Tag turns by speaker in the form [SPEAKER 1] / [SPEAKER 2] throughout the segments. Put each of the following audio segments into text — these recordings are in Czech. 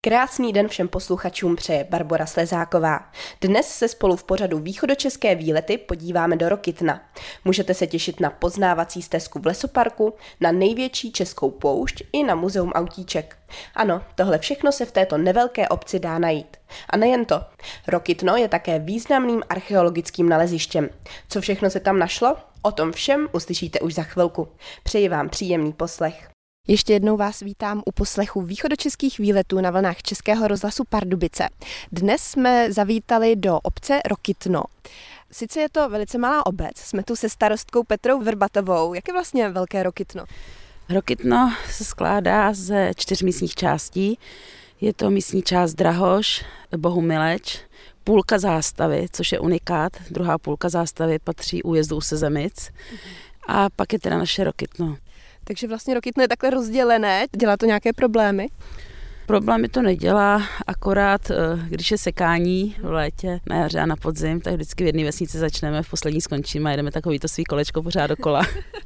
[SPEAKER 1] Krásný den všem posluchačům přeje Barbora Slezáková. Dnes se spolu v pořadu Východočeské výlety podíváme do Rokytna. Můžete se těšit na poznávací stezku v lesoparku, na největší českou poušť i na muzeum autíček. Ano, tohle všechno se v této nevelké obci dá najít. A nejen to. Rokytno je také významným archeologickým nalezištěm. Co všechno se tam našlo? O tom všem uslyšíte už za chvilku. Přeji vám příjemný poslech. Ještě jednou vás vítám u poslechu východočeských výletů na vlnách Českého rozhlasu Pardubice. Dnes jsme zavítali do obce Rokytno. Sice je to velice malá obec, jsme tu se starostkou Petrou Vrbatovou. Jak je vlastně velké Rokytno?
[SPEAKER 2] Rokytno se skládá ze 4 místních částí. Je to místní část Drahoš, Bohumileč, půlka zástavy, což je unikát. Druhá půlka zástavy patří újezdu u Sezemic. A pak je teda naše Rokytno.
[SPEAKER 1] Takže vlastně Rokytno je takhle rozdělené. Dělá to nějaké problémy?
[SPEAKER 2] Problémy to nedělá, akorát když je sekání v létě, na jaře a na podzim, tak vždycky v jedné vesnici začneme, v poslední skončíme a jedeme takovýto svý kolečko pořád dokola.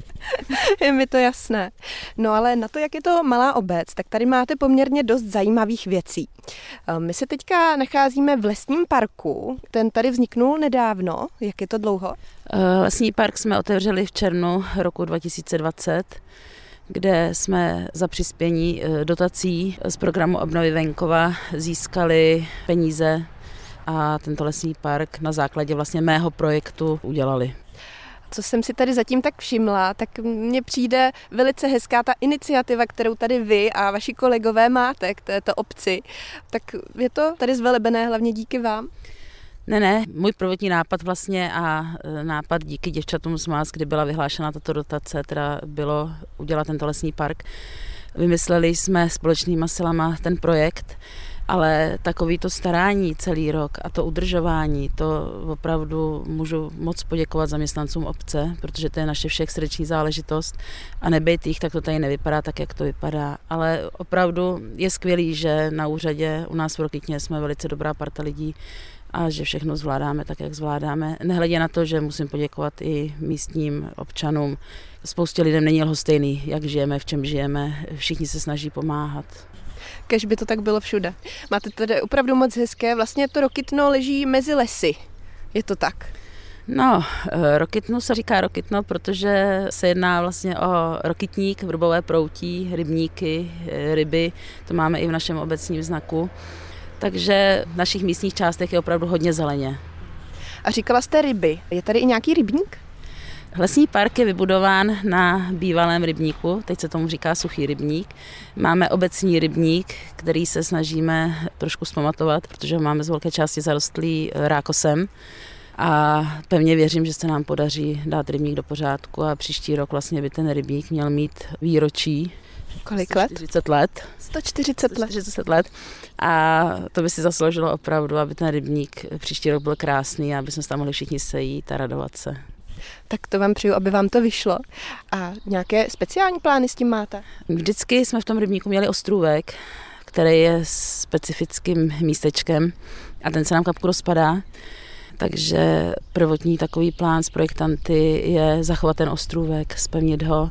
[SPEAKER 1] Je mi to jasné. No ale na to, jak je to malá obec, tak tady máte poměrně dost zajímavých věcí. My se teďka nacházíme v lesním parku, ten tady vzniknul nedávno. Jak je to dlouho?
[SPEAKER 2] Lesní park jsme otevřeli v červnu roku 2020, kde jsme za přispění dotací z programu Obnovy venkova získali peníze a tento lesní park na základě vlastně mého projektu udělali.
[SPEAKER 1] Co jsem si tady zatím tak všimla, tak mně přijde velice hezká ta iniciativa, kterou tady vy a vaši kolegové máte k této obci. Tak je to tady zvelebené hlavně díky vám?
[SPEAKER 2] Ne, můj prvotní nápad vlastně a nápad díky děvčatům z Más, kdy byla vyhlášena tato dotace, teda bylo udělat tento lesní park. Vymysleli jsme společnýma silama ten projekt, ale takovýto starání celý rok a to udržování, to opravdu můžu moc poděkovat zaměstnancům obce, protože to je naše všech srdeční záležitost a nebejt jich, tak to tady nevypadá tak, jak to vypadá. Ale opravdu je skvělý, že na úřadě u nás v Rokytně jsme velice dobrá parta lidí a že všechno zvládáme tak, jak zvládáme. Nehledě na to, že musím poděkovat i místním občanům. Spoustě lidem není lhostejný, jak žijeme, v čem žijeme. Všichni se snaží pomáhat.
[SPEAKER 1] Kéž by to tak bylo všude. Máte tady opravdu moc hezké. Vlastně to Rokytno leží mezi lesy. Je to tak?
[SPEAKER 2] No, Rokytno se říká Rokytno, protože se jedná vlastně o rokytník, vrbové proutí, rybníky, ryby. To máme i v našem obecním znaku. Takže v našich místních částech je opravdu hodně zeleně.
[SPEAKER 1] A říkala jste ryby. Je tady i nějaký rybník?
[SPEAKER 2] Lesní park je vybudován na bývalém rybníku, teď se tomu říká suchý rybník. Máme obecní rybník, který se snažíme trošku zpamatovat, protože ho máme z velké části zarostlý rákosem. A pevně věřím, že se nám podaří dát rybník do pořádku a příští rok vlastně by ten rybník měl mít výročí.
[SPEAKER 1] Kolik let?
[SPEAKER 2] 140 let.
[SPEAKER 1] 140
[SPEAKER 2] let. A to by si zasloužilo opravdu, aby ten rybník příští rok byl krásný a aby jsme se tam mohli všichni sejít a radovat se.
[SPEAKER 1] Tak to vám přeju, aby vám to vyšlo. A nějaké speciální plány s tím máte?
[SPEAKER 2] Vždycky jsme v tom rybníku měli ostrůvek, který je specifickým místečkem a ten se nám kapku rozpadá. Takže prvotní takový plán s projektanty je zachovat ten ostrůvek, zpevnit ho.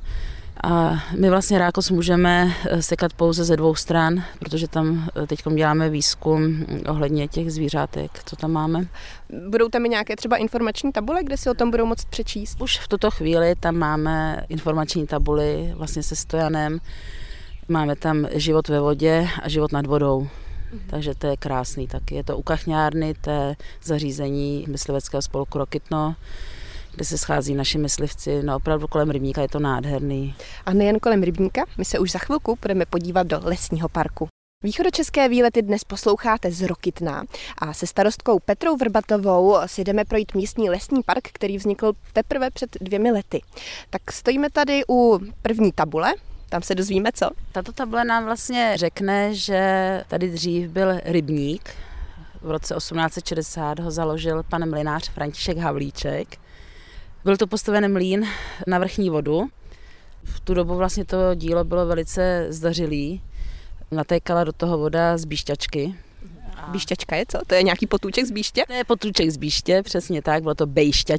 [SPEAKER 2] A my vlastně rákos můžeme sekat pouze ze 2 stran, protože tam teď děláme výzkum ohledně těch zvířátek, co tam máme.
[SPEAKER 1] Budou tam i nějaké třeba informační tabule, kde si o tom budou moct přečíst?
[SPEAKER 2] Už v tuto chvíli tam máme informační tabuly vlastně se stojanem. Máme tam život ve vodě a život nad vodou. Takže to je krásný taky. Je to u kachňárny, to je zařízení mysliveckého spolku Rokytno, kde se schází naši myslivci. No opravdu kolem rybníka je to nádherný.
[SPEAKER 1] A nejen kolem rybníka, my se už za chvilku budeme podívat do lesního parku. Východočeské výlety dnes posloucháte z Rokytna a se starostkou Petrou Vrbatovou si jdeme projít místní lesní park, který vznikl teprve před 2 lety. Tak stojíme tady u první tabule. Tam se dozvíme co?
[SPEAKER 2] Tato tabule nám vlastně řekne, že tady dřív byl rybník. V roce 1860 ho založil pan mlynář František Havlíček. Byl to postavený mlýn na vrchní vodu. V tu dobu vlastně to dílo bylo velice zdařilý. Natékala do toho voda z Bíšťačky.
[SPEAKER 1] Bíšťačka je co? To je nějaký potůček z Bíště?
[SPEAKER 2] To je potůček z Bíště, přesně tak, bylo to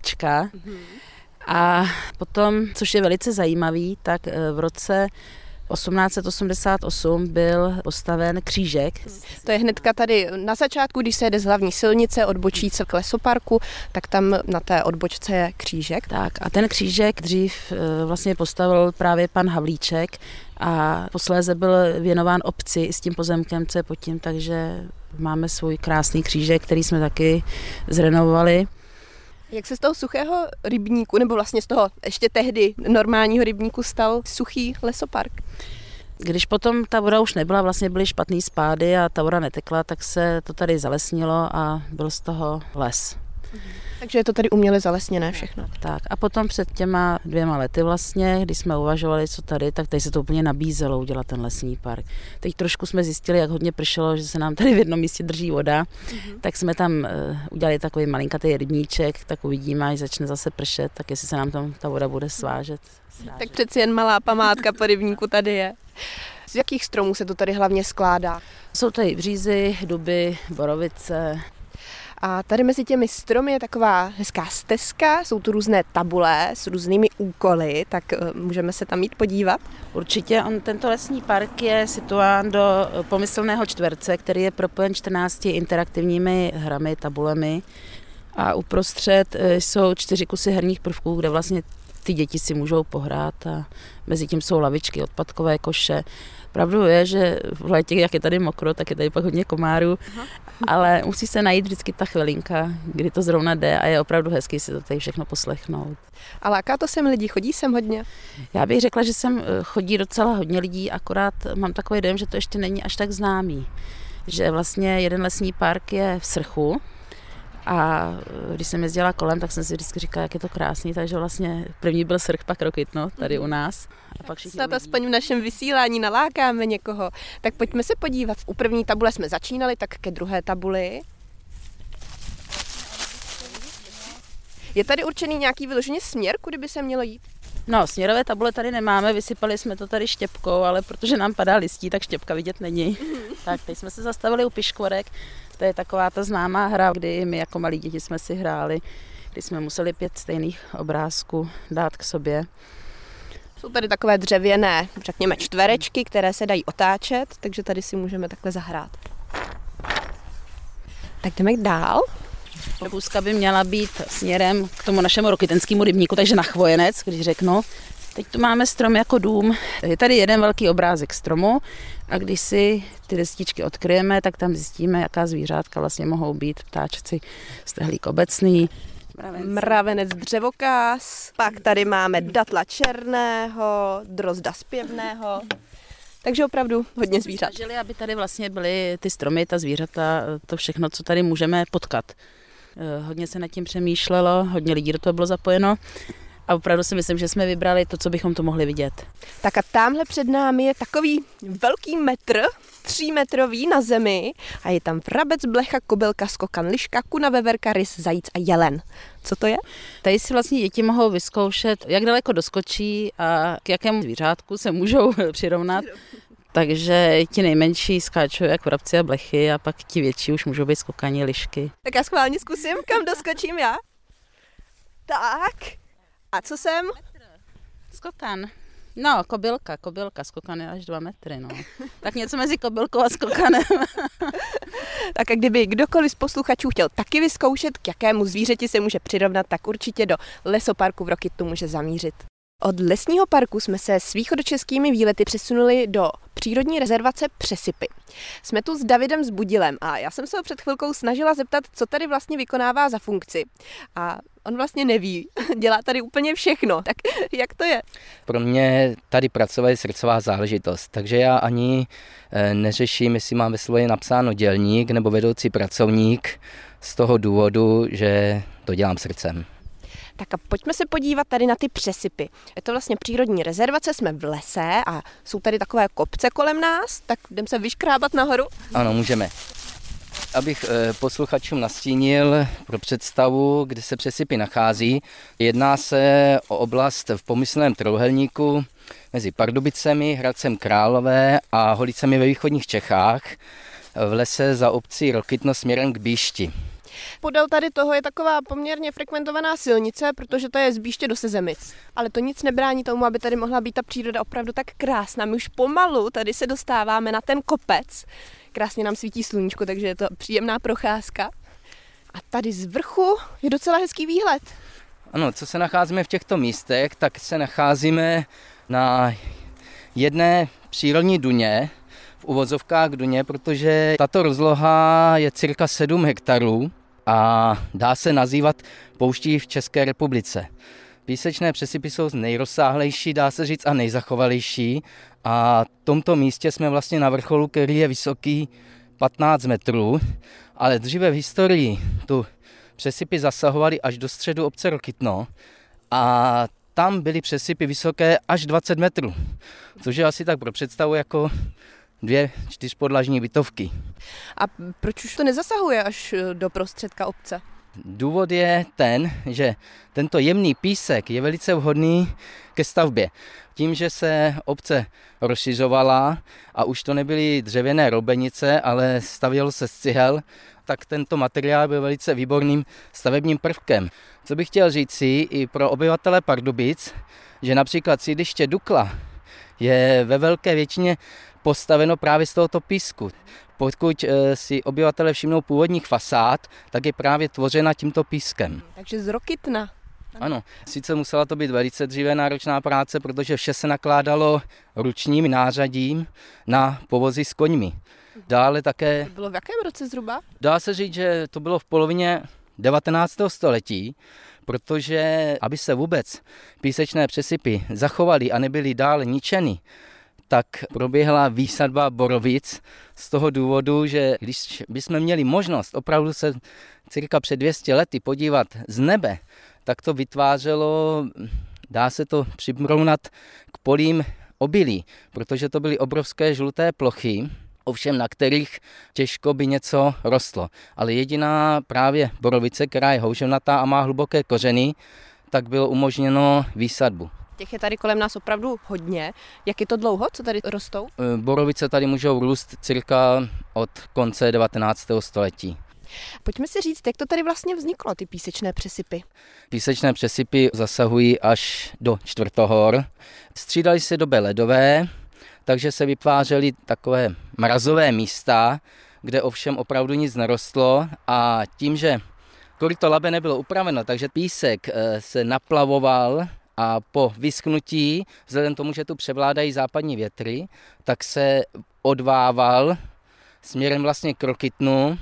[SPEAKER 2] Bejšťačka. A potom, což je velice zajímavý, tak v roce 1888 byl postaven křížek.
[SPEAKER 1] To je hnedka tady na začátku, když se jede z hlavní silnice, odbočí se k lesoparku, tak tam na té odbočce je křížek.
[SPEAKER 2] Tak a ten křížek dřív vlastně postavil právě pan Havlíček a posléze byl věnován obci s tím pozemkem, co je pod tím, takže máme svůj krásný křížek, který jsme taky zrenovovali.
[SPEAKER 1] Jak se z toho suchého rybníku, nebo vlastně z toho ještě tehdy normálního rybníku stal suchý lesopark?
[SPEAKER 2] Když potom ta voda už nebyla, vlastně byly špatný spády a ta voda netekla, tak se to tady zalesnilo a byl z toho les.
[SPEAKER 1] Takže je to tady uměle zalesněné všechno.
[SPEAKER 2] Tak a potom před těma 2 lety vlastně, když jsme uvažovali, co tady, tak tady se to úplně nabízelo udělat ten lesní park. Teď trošku jsme zjistili, jak hodně pršelo, že se nám tady v jednom místě drží voda, tak jsme tam udělali takový malinkatý rybníček, tak uvidíme, až začne zase pršet, tak jestli se nám tam ta voda bude svážet.
[SPEAKER 1] Tak přeci jen malá památka po rybníku tady je. Z jakých stromů se to tady hlavně skládá?
[SPEAKER 2] Jsou tady břízy, duby, borovice.
[SPEAKER 1] A tady mezi těmi stromy je taková hezká stezka, jsou tu různé tabule s různými úkoly, tak můžeme se tam jít podívat.
[SPEAKER 2] Určitě, tento lesní park je situován do pomyslného čtverce, který je propojen 14 interaktivními hrami, tabulemi a uprostřed jsou 4 kusy herních prvků, kde vlastně ty děti si můžou pohrát a mezi tím jsou lavičky, odpadkové koše. Pravdou je, že v létě, jak je tady mokro, tak je tady pak hodně komárů, ale musí se najít vždycky ta chvilinka, kdy to zrovna jde a je opravdu hezký si to tady všechno poslechnout.
[SPEAKER 1] A láká to sem lidi? Chodí sem hodně?
[SPEAKER 2] Já bych řekla, že sem chodí docela hodně lidí, akorát mám takový dojem, že to ještě není až tak známý. Že vlastně jeden lesní park je v Srchu, a když jsem jezdila kolem, tak jsem si vždycky říkala, jak je to krásný, takže vlastně první byl Srch, pak Rokytno tady u nás. A pak
[SPEAKER 1] snad aspoň v našem vysílání nalákáme někoho. Tak pojďme se podívat. U první tabule jsme začínali, tak ke druhé tabuli. Je tady určený nějaký vyloženě směr, kudy by se mělo jít?
[SPEAKER 2] No, směrové tabule tady nemáme, vysypali jsme to tady štěpkou, ale protože nám padá listí, tak štěpka vidět není. Tak teď jsme se zastavili u piškvorek. To je taková ta známá hra, kdy my jako malí děti jsme si hráli, kdy jsme museli 5 stejných obrázků dát k sobě.
[SPEAKER 1] Jsou tady takové dřevěné, řekněme, čtverečky, které se dají otáčet, takže tady si můžeme takhle zahrát. Tak jdeme dál.
[SPEAKER 2] Schůzka by měla být směrem k tomu našemu rokytenskému rybníku, takže na Chvojenec, když řeknu. Teď tu máme strom jako dům. Je tady jeden velký obrázek stromu a když si ty destičky odkryjeme, tak tam zjistíme, jaká zvířátka vlastně mohou být. Ptáčci, stehlík obecný,
[SPEAKER 1] mravenec dřevokás, pak tady máme datla černého, drozda zpěvného. Takže opravdu hodně zvířat.
[SPEAKER 2] Snažili, aby tady vlastně byly ty stromy, ta zvířata, to všechno, co tady můžeme potkat. Hodně se nad tím přemýšlelo, hodně lidí do toho bylo zapojeno. A opravdu si myslím, že jsme vybrali to, co bychom to mohli vidět.
[SPEAKER 1] Tak a tamhle před námi je takový velký metr, 3metrový na zemi a je tam vrabec, blecha, kobylka, skokan, liška, kuna, veverka, rys, zajíc a jelen. Co to je?
[SPEAKER 2] Tady si vlastně děti mohou vyzkoušet, jak daleko doskočí a k jakému zvířátku se můžou přirovnat. Takže ti nejmenší skáčou jak vrabci a blechy a pak ti větší už můžou být skokani, lišky.
[SPEAKER 1] Tak já schválně zkusím, kam doskočím já. Tak. A co jsem?
[SPEAKER 2] Skokan. No, kobylka, skokan je až 2 metry, no. Tak něco mezi kobylkou a skokanem.
[SPEAKER 1] Tak a kdyby kdokoliv z posluchačů chtěl taky vyzkoušet, k jakému zvířeti se může přirovnat, tak určitě do lesoparku v Rokytnu může zamířit. Od lesního parku jsme se s východočeskými výlety přesunuli do přírodní rezervace Přesypy. Jsme tu s Davidem Zbudilem a já jsem se ho před chvilkou snažila zeptat, co tady vlastně vykonává za funkci. A on vlastně neví, dělá tady úplně všechno. Tak jak to je?
[SPEAKER 3] Pro mě tady pracovat je srdcová záležitost, takže já ani neřeším, jestli mám ve slovo napsáno dělník nebo vedoucí pracovník z toho důvodu, že to dělám srdcem.
[SPEAKER 1] Tak a pojďme se podívat tady na ty přesypy. Je to vlastně přírodní rezervace, jsme v lese a jsou tady takové kopce kolem nás, tak jdeme se vyškrábat nahoru.
[SPEAKER 3] Ano, můžeme. Abych posluchačům nastínil pro představu, kde se Přesypy nachází. Jedná se o oblast v pomyslném trojúhelníku mezi Pardubicemi, Hradcem Králové a Holicemi ve východních Čechách v lese za obcí Rokytno směrem k Býšti.
[SPEAKER 1] Podél tady toho je taková poměrně frekventovaná silnice, protože to je z Bíště do Sezemic. Ale to nic nebrání tomu, aby tady mohla být ta příroda opravdu tak krásná. My už pomalu tady se dostáváme na ten kopec. Krásně nám svítí sluníčko, takže je to příjemná procházka. A tady z vrchu je docela hezký výhled.
[SPEAKER 3] Ano, co se nacházíme v těchto místech, tak se nacházíme na jedné přírodní duně, v uvozovkách duně, protože tato rozloha je cirka 7 hektarů a dá se nazývat pouští v České republice. Písečné přesypy jsou nejrozsáhlejší, dá se říct, a nejzachovalejší. A v tomto místě jsme vlastně na vrcholu, který je vysoký 15 metrů, ale dříve v historii tu přesypy zasahovaly až do středu obce Rokytno a tam byly přesypy vysoké až 20 metrů, což je asi tak pro představu jako 2 čtyřpodlažní bytovky.
[SPEAKER 1] A proč už to nezasahuje až do prostředka obce?
[SPEAKER 3] Důvod je ten, že tento jemný písek je velice vhodný ke stavbě. Tím, že se obce rozšiřovala a už to nebyly dřevěné roubenice, ale stavělo se z cihel, tak tento materiál byl velice výborným stavebním prvkem. Co bych chtěl říci i pro obyvatele Pardubic, že například sídliště Dukla je ve velké většině postaveno právě z tohoto písku. Pokud si obyvatele všimnou původních fasád, tak je právě tvořena tímto pískem.
[SPEAKER 1] Takže z Rokytna.
[SPEAKER 3] Ano, sice musela to být velice dříve náročná práce, protože vše se nakládalo ručním nářadím na povozy s koňmi. Dále také...
[SPEAKER 1] To bylo v jakém roce zhruba?
[SPEAKER 3] Dá se říct, že to bylo v polovině 19. století, protože aby se vůbec písečné přesypy zachovaly a nebyly dále ničeny, tak proběhla výsadba borovic z toho důvodu, že když bychom měli možnost opravdu se cirka před 200 lety podívat z nebe, tak to vytvářelo, dá se to přimrounat k polím obilí, protože to byly obrovské žluté plochy, ovšem na kterých těžko by něco rostlo. Ale jediná právě borovice, která je houževnatá a má hluboké kořeny, tak bylo umožněno výsadbu.
[SPEAKER 1] Těch je tady kolem nás opravdu hodně. Jak je to dlouho, co tady rostou?
[SPEAKER 3] Borovice tady můžou růst cirka od konce 19. století.
[SPEAKER 1] Pojďme si říct, jak to tady vlastně vzniklo, ty písečné přesypy.
[SPEAKER 3] Písečné přesypy zasahují až do Čtvrtohor. Střídaly se doby ledové, takže se vytvářely takové mrazové místa, kde ovšem opravdu nic nerostlo a tím, že koryto Labe nebylo upraveno, takže písek se naplavoval a po vyschnutí, vzhledem tomu, že tu převládají západní větry, tak se odvával směrem vlastně k Rokytnu,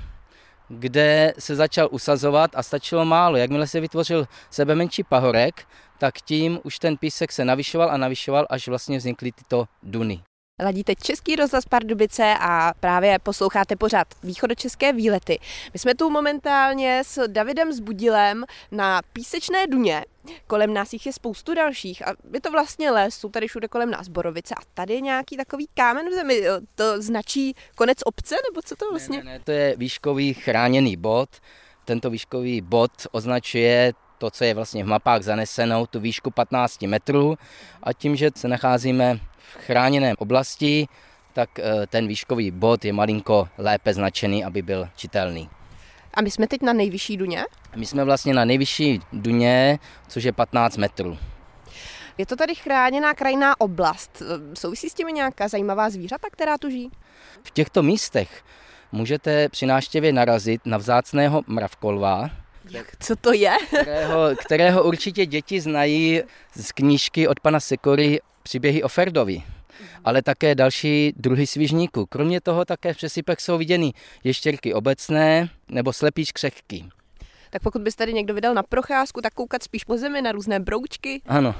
[SPEAKER 3] kde se začal usazovat a stačilo málo. Jakmile se vytvořil sebe menší pahorek, tak tím už ten písek se navyšoval, až vlastně vznikly tyto duny.
[SPEAKER 1] Ladíte Český rozhlas Pardubice a právě posloucháte pořád Východočeské výlety. My jsme tu momentálně s Davidem Zbudilem na písečné duně. Kolem nás jich je spoustu dalších a je to vlastně les, jsou tady všude kolem nás borovice a tady je nějaký takový kámen v zemi. To značí konec obce, nebo co to vlastně?
[SPEAKER 3] Ne, to je výškový chráněný bod. Tento výškový bod označuje to, co je vlastně v mapách zaneseno, tu výšku 15 metrů a tím, že se nacházíme v chráněném oblasti, tak ten výškový bod je malinko lépe značený, aby byl čitelný.
[SPEAKER 1] A my jsme teď na nejvyšší duně?
[SPEAKER 3] My jsme vlastně na nejvyšší duně, což je 15 metrů.
[SPEAKER 1] Je to tady chráněná krajinná oblast. Souvisí s těmi nějaká zajímavá zvířata, která tu žijí?
[SPEAKER 3] V těchto místech můžete při návštěvě narazit na vzácného mravkolva.
[SPEAKER 1] Co to je?
[SPEAKER 3] kterého určitě děti znají z knížky od pana Sekory Příběhy o Ferdovi, ale také další druhy svižníků. Kromě toho také v přesypech jsou viděny ještěrky obecné nebo slepíč křehký.
[SPEAKER 1] Tak pokud byste tady někdo vydal na procházku, tak koukat spíš po zemi na různé broučky.
[SPEAKER 3] Ano.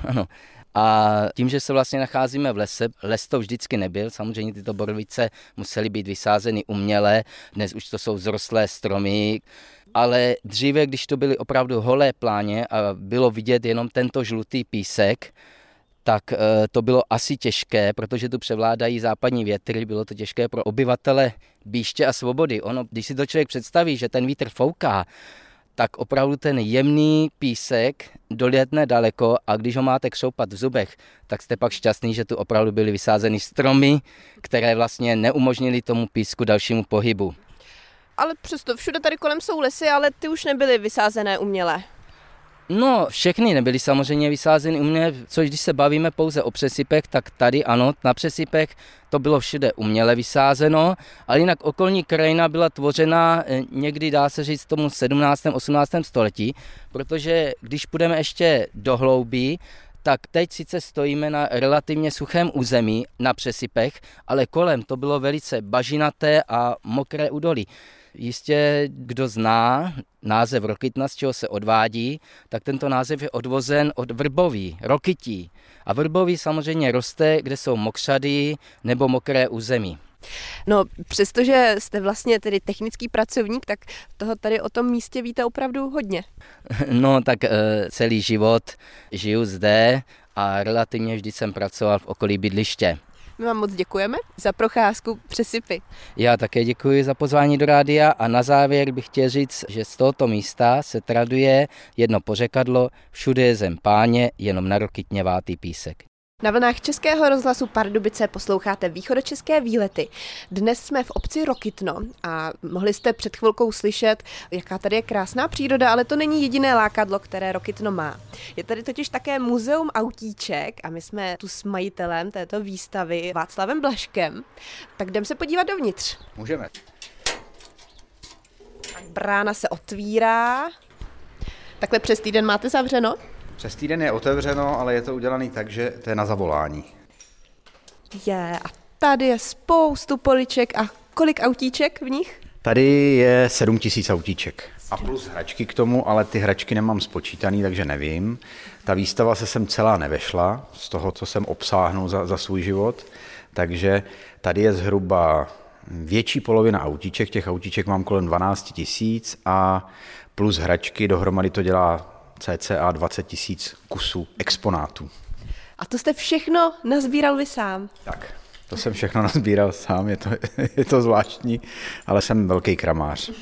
[SPEAKER 3] A tím, že se vlastně nacházíme v lese, les to vždycky nebyl, samozřejmě tyto borovice musely být vysázeny uměle, dnes už to jsou vzrostlé stromy, ale dříve, když to byly opravdu holé pláně a bylo vidět jenom tento žlutý písek, tak to bylo asi těžké, protože tu převládají západní větry, bylo to těžké pro obyvatele Bíště a Svobody. Když si to člověk představí, že ten vítr fouká, tak opravdu ten jemný písek dolétne daleko a když ho máte křoupat v zubech, tak jste pak šťastný, že tu opravdu byly vysázeny stromy, které vlastně neumožnily tomu písku dalšímu pohybu.
[SPEAKER 1] Ale přesto všude tady kolem jsou lesy, ale ty už nebyly vysázené uměle.
[SPEAKER 3] No, všechny nebyly samozřejmě vysázeny uměle, což když se bavíme pouze o přesypech, tak tady ano, na přesypech to bylo všude uměle vysázeno, ale jinak okolní krajina byla tvořena někdy, dá se říct, tomu 17. 18. století, protože když půjdeme ještě do hloubí, tak teď sice stojíme na relativně suchém území, na přesypech, ale kolem to bylo velice bažinaté a mokré údolí. Jistě, kdo zná název Rokytna, z čeho se odvádí, tak tento název je odvozen od vrboví, rokytí. A vrboví samozřejmě roste, kde jsou mokřady nebo mokré území.
[SPEAKER 1] No, přestože jste vlastně tedy technický pracovník, tak toho tady o tom místě víte opravdu hodně.
[SPEAKER 3] No, tak celý život žiju zde a relativně vždy jsem pracoval v okolí bydliště.
[SPEAKER 1] My vám moc děkujeme za procházku přesypy.
[SPEAKER 3] Já také děkuji za pozvání do rádia a na závěr bych chtěl říct, že z tohoto místa se traduje jedno pořekadlo: všude je zem páně, jenom na Rokytně vátý písek.
[SPEAKER 1] Na vlnách Českého rozhlasu Pardubice posloucháte východočeské výlety. Dnes jsme v obci Rokytno a mohli jste před chvilkou slyšet, jaká tady je krásná příroda, ale to není jediné lákadlo, které Rokytno má. Je tady totiž také muzeum autíček a my jsme tu s majitelem této výstavy Václavem Blažkem. Tak jdeme se podívat dovnitř.
[SPEAKER 4] Můžeme.
[SPEAKER 1] Tak brána se otvírá. Takhle přes týden máte zavřeno?
[SPEAKER 4] Přes týden je otevřeno, ale je to udělané tak, že to je na zavolání.
[SPEAKER 1] A tady je spoustu poliček a kolik autíček v nich?
[SPEAKER 4] Tady je 7 000 autíček. A plus hračky k tomu, ale ty hračky nemám spočítaný, takže nevím. Ta výstava se sem celá nevešla z toho, co jsem obsáhnul za svůj život. Takže tady je zhruba větší polovina autíček. Těch autíček mám kolem 12 000 a plus hračky dohromady to dělá cca 20 000 kusů exponátů.
[SPEAKER 1] A to jste všechno nazbíral vy sám?
[SPEAKER 4] Tak, to jsem všechno nazbíral sám, je to zvláštní, ale jsem velký kramář.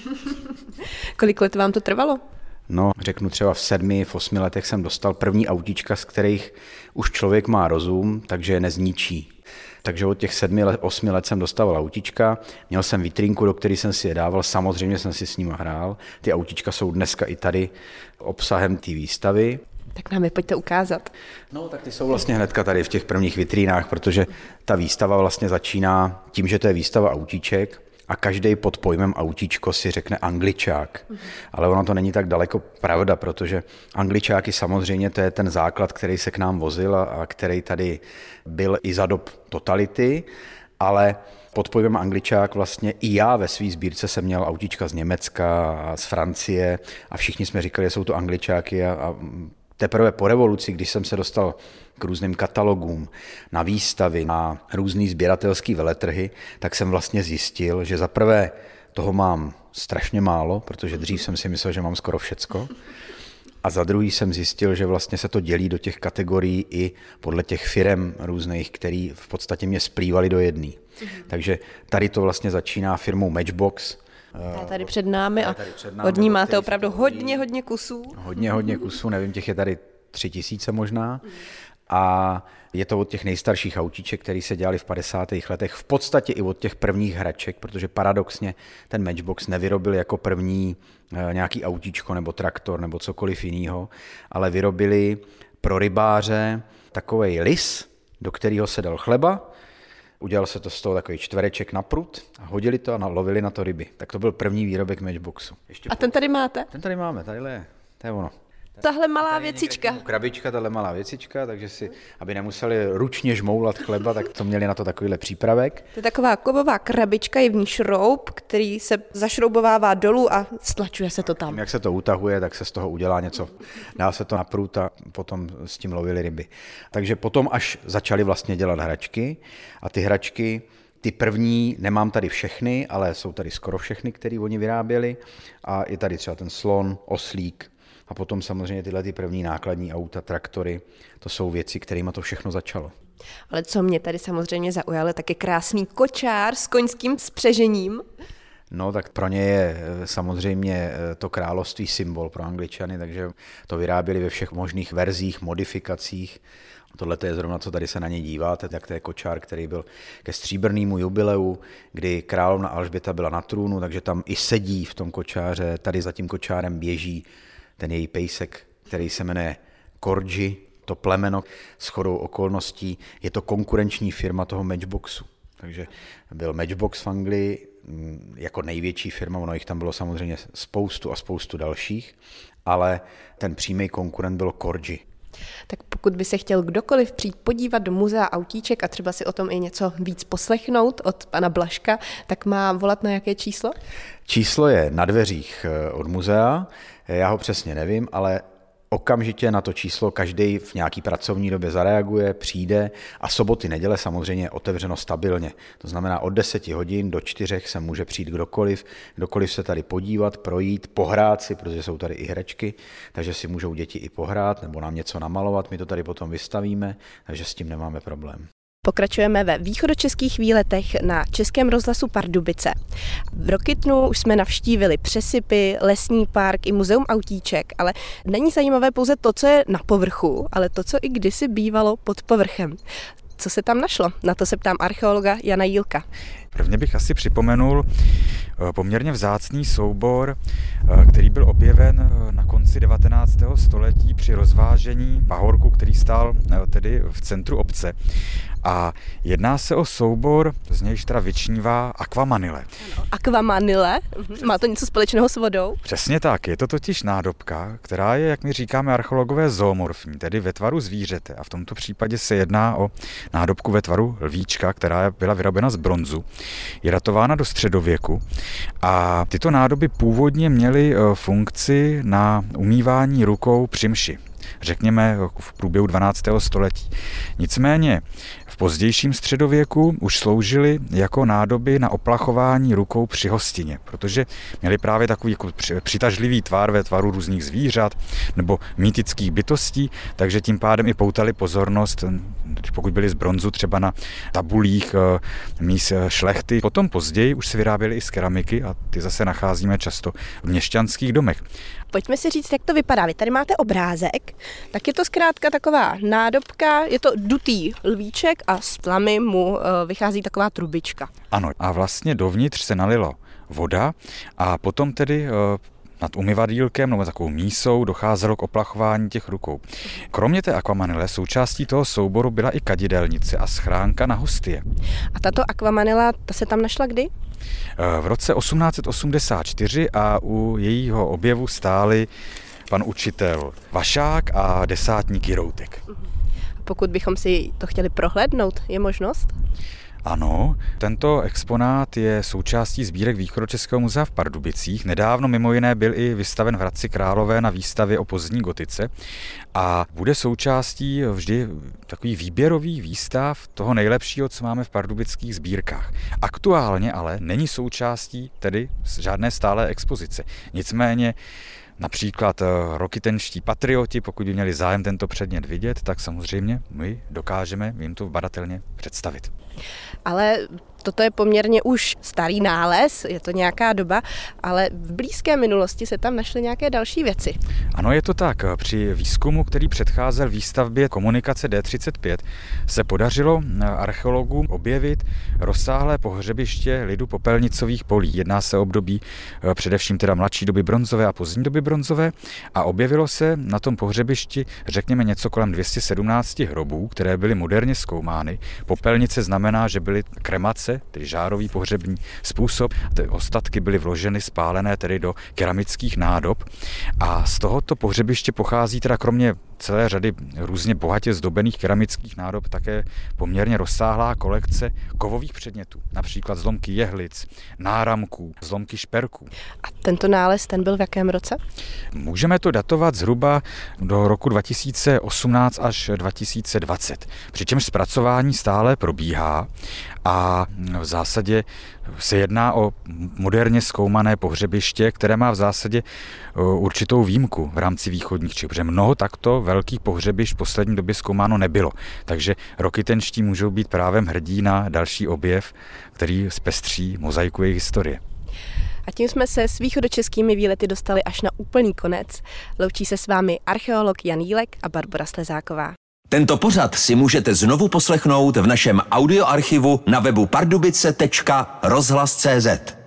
[SPEAKER 1] Kolik let vám to trvalo?
[SPEAKER 4] No, řeknu třeba v 8 letech jsem dostal první autíčka, z kterých už člověk má rozum, takže je nezničí. Takže od těch 8 let jsem dostával autíčka, měl jsem vitrínku, do které jsem si je dával, samozřejmě jsem si s nimi hrál. Ty autíčka jsou dneska i tady obsahem té výstavy.
[SPEAKER 1] Tak nám je pojďte ukázat.
[SPEAKER 4] No, tak ty jsou vlastně hnedka tady v těch prvních vitrínách, protože ta výstava vlastně začíná tím, že to je výstava autíček a každý pod pojmem autíčko si řekne angličák. Ale ono to není tak daleko pravda, protože angličáky samozřejmě to je ten základ, který se k nám vozil a který tady byl i za dob totality, ale pod pojmem angličák vlastně i já ve své sbírce jsem měl autíčka z Německa a z Francie a všichni jsme říkali, že jsou to angličáky a teprve po revoluci, když jsem se dostal k různým katalogům, na výstavy, na různý sběratelský veletrhy, tak jsem vlastně zjistil, že za prvé toho mám strašně málo, protože dřív jsem si myslel, že mám skoro všecko. A za druhý jsem zjistil, že vlastně se to dělí do těch kategorií i podle těch firem různých, který v podstatě mě splývaly do jedné. Takže tady to vlastně začíná firmou Matchbox.
[SPEAKER 1] Je tady před námi a od ní máte opravdu hodně kusů.
[SPEAKER 4] Hodně kusů, nevím, těch je tady 3 000 možná. A je to od těch nejstarších autíček, které se dělaly v 50. letech, v podstatě i od těch prvních hraček, protože paradoxně ten Matchbox nevyrobil jako první nějaký autíčko nebo traktor nebo cokoliv jiného, ale vyrobili pro rybáře takovej lis, do kterého se dal chleba, udělal se to z toho takový čtvereček na prut a hodili to a lovili na to ryby. Tak to byl první výrobek Matchboxu.
[SPEAKER 1] A ten tady máte?
[SPEAKER 4] Ten tady máme, tadyhle je, to je ono.
[SPEAKER 1] Tahle malá věcička.
[SPEAKER 4] Krabička, tahle malá věcička, takže si, aby nemuseli ručně žmoulat chleba, tak to měli na to takovýhle přípravek.
[SPEAKER 1] To je taková kovová krabička, je v ní šroub, který se zašroubovává dolů a stlačuje se to tam.
[SPEAKER 4] Jak se to utahuje, tak se z toho udělá něco. Dá se to na prut a potom s tím lovili ryby. Takže potom až začali vlastně dělat hračky a ty hračky, ty první, nemám tady všechny, ale jsou tady skoro všechny, které oni vyráběli a je tady třeba ten slon, oslík. A potom samozřejmě tyhle ty první nákladní auta, traktory, to jsou věci, kterými to všechno začalo.
[SPEAKER 1] Ale co mě tady samozřejmě zaujalo, tak je krásný kočár s koňským spřežením.
[SPEAKER 4] No tak pro ně je samozřejmě to království symbol pro Angličany, takže to vyráběli ve všech možných verzích, modifikacích. Tohle je zrovna, co tady se na ně díváte, tak to je kočár, který byl ke stříbrnému jubileu, kdy královna Alžběta byla na trůnu, takže tam i sedí v tom kočáře, tady za tím kočárem běží ten její pejsek, který se jmenuje Corgi, to plemeno shodou okolností, je to konkurenční firma toho Matchboxu. Takže byl Matchbox v Anglii jako největší firma, ono jich tam bylo samozřejmě spoustu dalších, ale ten přímý konkurent byl Corgi.
[SPEAKER 1] Tak pokud by se chtěl kdokoliv přijít podívat do muzea autíček a třeba si o tom i něco víc poslechnout od pana Blažka, tak má volat na jaké číslo?
[SPEAKER 4] Číslo je na dveřích od muzea, já ho přesně nevím, ale okamžitě na to číslo každý v nějaký pracovní době zareaguje, přijde a soboty, neděle samozřejmě je otevřeno stabilně. To znamená od 10 hodin do 4 se může přijít kdokoliv se tady podívat, projít, pohrát si, protože jsou tady i hračky, takže si můžou děti i pohrát nebo nám něco namalovat, my to tady potom vystavíme, takže s tím nemáme problém.
[SPEAKER 1] Pokračujeme ve východočeských výletech na Českém rozhlasu Pardubice. V Rokytnu už jsme navštívili přesypy, lesní park i muzeum autíček, ale není zajímavé pouze to, co je na povrchu, ale to, co i kdysi bývalo pod povrchem. Co se tam našlo? Na to se ptám archeologa Jana Jílka.
[SPEAKER 5] Prvně bych asi připomenul poměrně vzácný soubor, který byl objeven na konci 19. století při rozvážení pahorku, který stál tedy v centru obce. A jedná se o soubor, z nějž teda vyčnívá akvamanile.
[SPEAKER 1] Akvamanile? Má to něco společného s vodou?
[SPEAKER 5] Přesně tak, je to totiž nádobka, která je, jak my říkáme archeologové, zoomorfní, tedy ve tvaru zvířete. A v tomto případě se jedná o nádobku ve tvaru lvíčka, která byla vyrobena z bronzu. Je datována do středověku a tyto nádoby původně měly funkci na umývání rukou při mši. Řekněme v průběhu 12. století. Nicméně v pozdějším středověku už sloužily jako nádoby na oplachování rukou při hostině, protože měly právě takový jako přitažlivý tvar ve tvaru různých zvířat nebo mýtických bytostí, takže tím pádem i poutali pozornost, pokud byly z bronzu třeba na tabulích míst šlechty. Potom později už se vyráběly i z keramiky a ty zase nacházíme často v měšťanských domech.
[SPEAKER 1] Pojďme si říct, jak to vypadá. Vy tady máte obrázek, tak je to zkrátka taková nádobka, je to dutý lvíček a z tlamy mu vychází taková trubička.
[SPEAKER 5] Ano, a vlastně dovnitř se nalilo voda a potom tedy nad umyvadýlkem nebo takovou mísou docházelo k oplachování těch rukou. Kromě té akvamanile součástí toho souboru byla i kadidelnice a schránka na hostie.
[SPEAKER 1] A tato akvamanila, ta se tam našla kdy?
[SPEAKER 5] V roce 1884 a u jejího objevu stáli pan učitel Vašák a desátník Jiroutek.
[SPEAKER 1] Pokud bychom si to chtěli prohlédnout, je možnost?
[SPEAKER 5] Ano, tento exponát je součástí sbírek Východočeského muzea v Pardubicích. Nedávno mimo jiné byl i vystaven v Hradci Králové na výstavě o pozdní gotice a bude součástí vždy takový výběrový výstav toho nejlepšího, co máme v pardubických sbírkách. Aktuálně ale není součástí tedy žádné stálé expozice. Nicméně například rokytenští patrioti, pokud by měli zájem tento předmět vidět, tak samozřejmě my dokážeme jim to badatelně představit.
[SPEAKER 1] Ale toto je poměrně už starý nález, je to nějaká doba, ale v blízké minulosti se tam našly nějaké další věci.
[SPEAKER 5] Ano, je to tak. Při výzkumu, který předcházel výstavbě komunikace D35, se podařilo archeologům objevit rozsáhlé pohřebiště lidu popelnicových polí. Jedná se o období především teda mladší doby bronzové a pozdní doby bronzové a objevilo se na tom pohřebišti, řekněme, něco kolem 217 hrobů, které byly moderně zkoumány. Popelnice znamená, že byly kremace, tedy žárový pohřební způsob. Ty ostatky byly vloženy, spálené tedy do keramických nádob. A z tohoto pohřebiště pochází teda kromě celé řady různě bohatě zdobených keramických nádob také poměrně rozsáhlá kolekce kovových předmětů. Například zlomky jehlic, náramků, zlomky šperků.
[SPEAKER 1] A tento nález, ten byl v jakém roce?
[SPEAKER 5] Můžeme to datovat zhruba do roku 2018 až 2020. Přičemž zpracování stále probíhá a v zásadě se jedná o moderně zkoumané pohřebiště, které má v zásadě určitou výjimku v rámci východních Čech, protože mnoho takto velkých pohřebišť v poslední době zkoumáno nebylo. Takže rokytenští můžou být právem hrdí na další objev, který zpestří mozaiku jejich historie.
[SPEAKER 1] A tím jsme se s východočeskými výlety dostali až na úplný konec. Loučí se s vámi archeolog Jan Jílek a Barbora Slezáková.
[SPEAKER 6] Tento pořad si můžete znovu poslechnout v našem audioarchivu na webu pardubice.rozhlas.cz.